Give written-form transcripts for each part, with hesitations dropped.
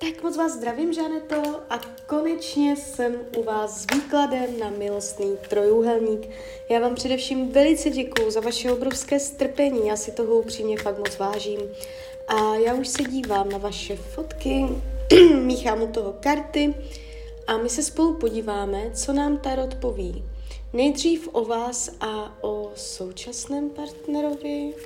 Tak moc vás zdravím, Žaneto, a konečně jsem u vás s výkladem na milostný trojúhelník. Já vám především velice děkuju za vaše obrovské strpení, já si toho upřímně fakt moc vážím. A já už se dívám na vaše fotky, míchám u toho karty a my se spolu podíváme, co nám tarot poví. Nejdřív o vás a o současném partnerovi.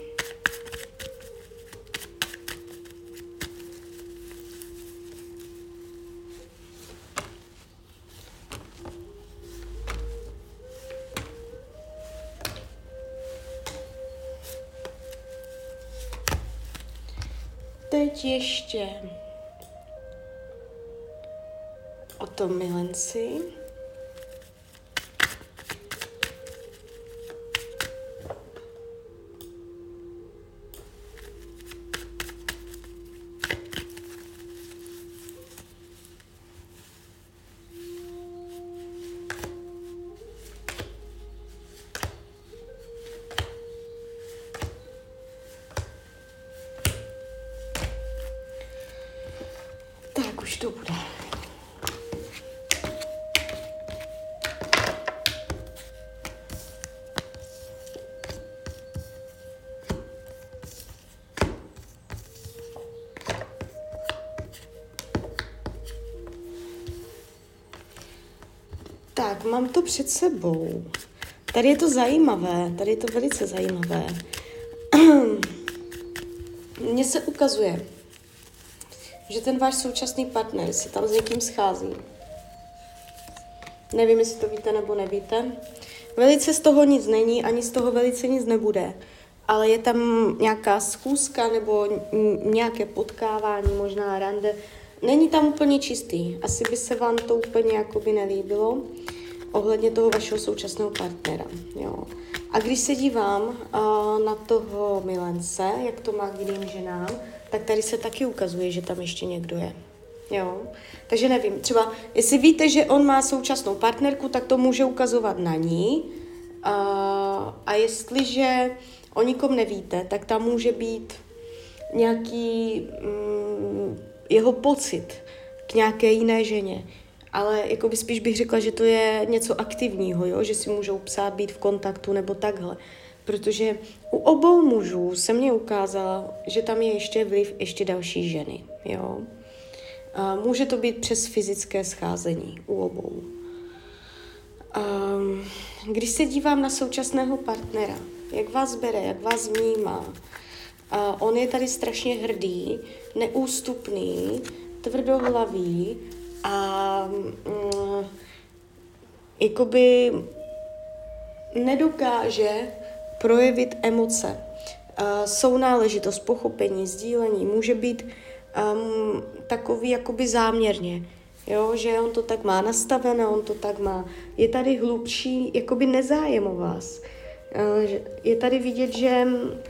Teď ještě o tom milenci. Tak už to bude. Tak, mám to před sebou. Tady je to zajímavé, tady je to velice zajímavé. Mně se ukazuje, že ten váš současný partner si tam s někým schází. Nevím, jestli to víte nebo nevíte. Velice z toho nic není, ani z toho velice nic nebude. Ale je tam nějaká schůzka nebo nějaké potkávání, možná rande. Není tam úplně čistý. Asi by se vám to úplně jakoby nelíbilo ohledně toho vašeho současného partnera. Jo. A když se dívám na toho milence, jak to má k jiným ženám, tak tady se taky ukazuje, že tam ještě někdo je. Jo. Takže nevím, třeba jestli víte, že on má současnou partnerku, tak to může ukazovat na ní. A jestliže o nikom nevíte, tak tam může být nějaký jeho pocit k nějaké jiné ženě. Ale jakoby spíš bych řekla, že to je něco aktivního, jo? Že si můžou psát, být v kontaktu nebo takhle. Protože u obou mužů se mně ukázalo, že tam je ještě vliv ještě další ženy. Jo? A může to být přes fyzické scházení u obou. Když se dívám na současného partnera, jak vás bere, jak vás vnímá, on je tady strašně hrdý, neústupný, tvrdohlavý a jakoby nedokáže projevit emoce. Sounáležitost, pochopení, sdílení může být takový jakoby záměrně. Jo, že on to tak má nastavené, on to tak má. Je tady hlubší jakoby nezájem o vás. Je tady vidět, že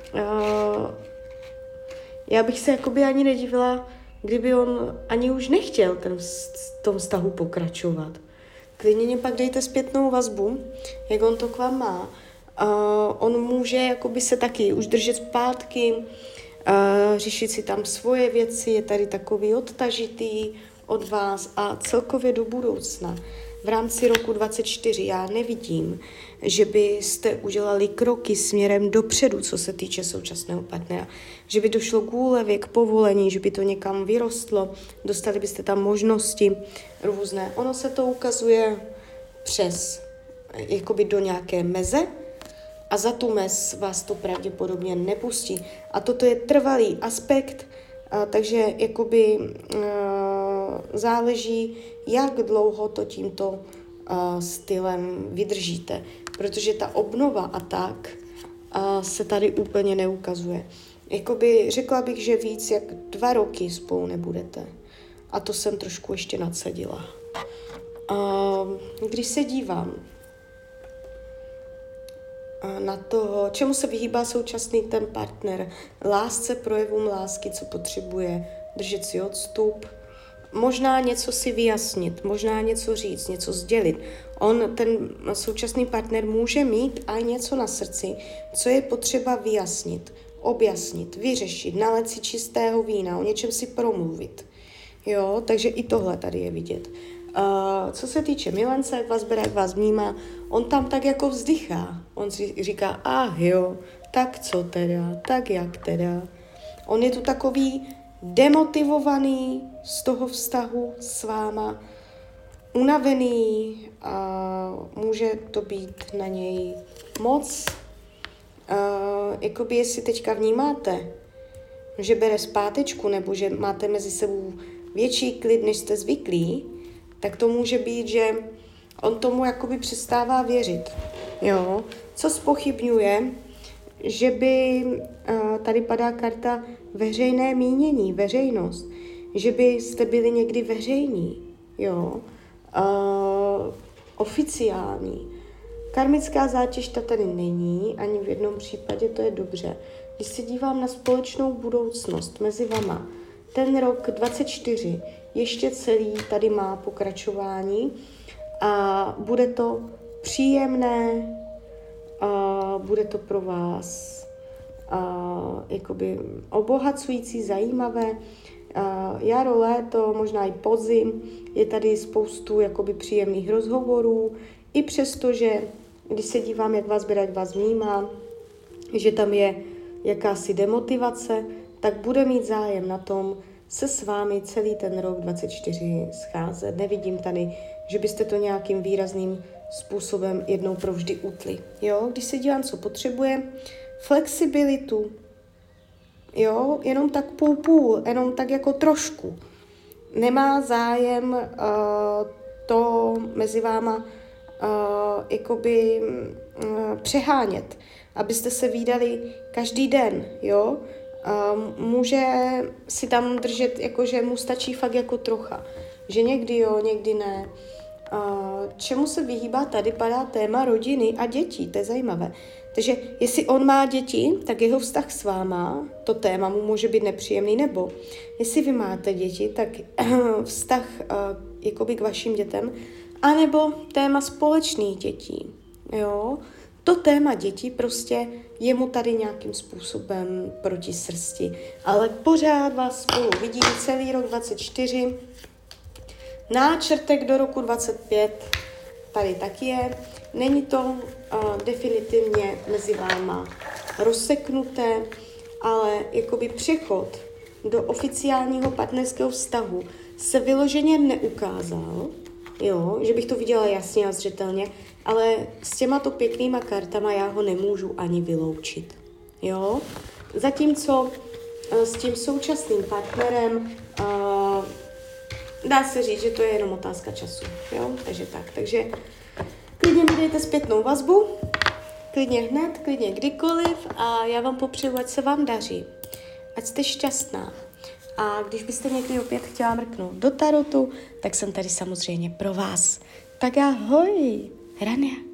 já bych se jakoby ani nedivila, kdyby on ani už nechtěl v tom vztahu pokračovat. Klidně mě pak dejte zpětnou vazbu, jak on to k vám má. On může jakoby se taky už držet zpátky, řešit si tam svoje věci, je tady takový odtažitý od vás a celkově do budoucna. V rámci roku 2024 já nevidím, že byste udělali kroky směrem dopředu, co se týče současného partnera. Že by došlo k úlevě, k povolení, že by to někam vyrostlo, dostali byste tam možnosti různé. Ono se to ukazuje přes, jakoby do nějaké meze a za tu mez vás to pravděpodobně nepustí. A toto je trvalý aspekt, takže jakoby záleží, jak dlouho to tímto stylem vydržíte. Protože ta obnova a tak se tady úplně neukazuje. Jakoby řekla bych, že víc jak 2 roky spolu nebudete. A to jsem trošku ještě nadsadila. Když se dívám na toho, čemu se vyhýbá současný ten partner, lásce, projevům lásky, co potřebuje, držet si odstup, možná něco si vyjasnit, možná něco říct, něco sdělit. Ten současný partner může mít i něco na srdci, co je potřeba vyjasnit, objasnit, vyřešit, nalít si čistého vína, o něčem si promluvit. Jo, takže i tohle tady je vidět. Co se týče milence, jak vás bere, jak vás vnímá, on tam tak jako vzdychá. On si říká, jo, tak co teda, tak jak teda. On je tu takový demotivovaný z toho vztahu s váma, unavený a může to být na něj moc. Jakoby jestli teďka vnímáte, že bere zpátečku nebo že máte mezi sebou větší klid, než jste zvyklí, tak to může být, že on tomu jakoby přestává věřit. Jo? Co zpochybňuje, že by tady padá karta veřejné mínění, veřejnost, že byste byli někdy veřejní, jo? Oficiální. Karmická zátěž ta tady není, ani v jednom případě, to je dobře. Když se dívám na společnou budoucnost mezi vama, ten rok 24 ještě celý tady má pokračování a bude to příjemné, bude to pro vás jakoby obohacující, zajímavé. Jaro, léto, možná i podzim, je tady spoustu jakoby příjemných rozhovorů, i přesto, že když se dívám, jak vás bere, jak vás vnímá, že tam je jakási demotivace, tak bude mít zájem na tom se s vámi celý ten rok 24 scházet. Nevidím tady, že byste to nějakým výrazným způsobem jednou provždy utli. Jo, když se dívám, co potřebuje, flexibilitu, jo, jenom tak půl, jenom tak jako trošku. Nemá zájem to mezi váma jakoby přehánět, abyste se vídali každý den, jo. Může si tam držet, jakože mu stačí fakt jako trocha. Že někdy jo, někdy ne. Čemu se vyhýbá? Tady padá téma rodiny a dětí, to je zajímavé. Takže jestli on má děti, tak jeho vztah s váma, to téma mu může být nepříjemný, nebo jestli vy máte děti, tak vztah jakoby k vašim dětem, anebo téma společných dětí, jo. To téma dětí prostě je mu tady nějakým způsobem proti srsti. Ale pořád vás spolu vidí celý rok 24. Náčrtek do roku 25 tady taky je. Není to definitivně mezi váma rozseknuté, ale jakoby přechod do oficiálního partnerského vztahu se vyloženě neukázal, jo, že bych to viděla jasně a zřetelně, ale s těmato pěknýma kartama já ho nemůžu ani vyloučit, jo. Zatímco s tím současným partnerem dá se říct, že to je jenom otázka času, jo, takže tak, takže klidně mi dejte zpětnou vazbu, klidně hned, klidně kdykoliv a já vám popřeju, ať se vám daří, ať jste šťastná. A když byste někdy opět chtěla mrknout do tarotu, tak jsem tady samozřejmě pro vás. Tak ahoj, Rania.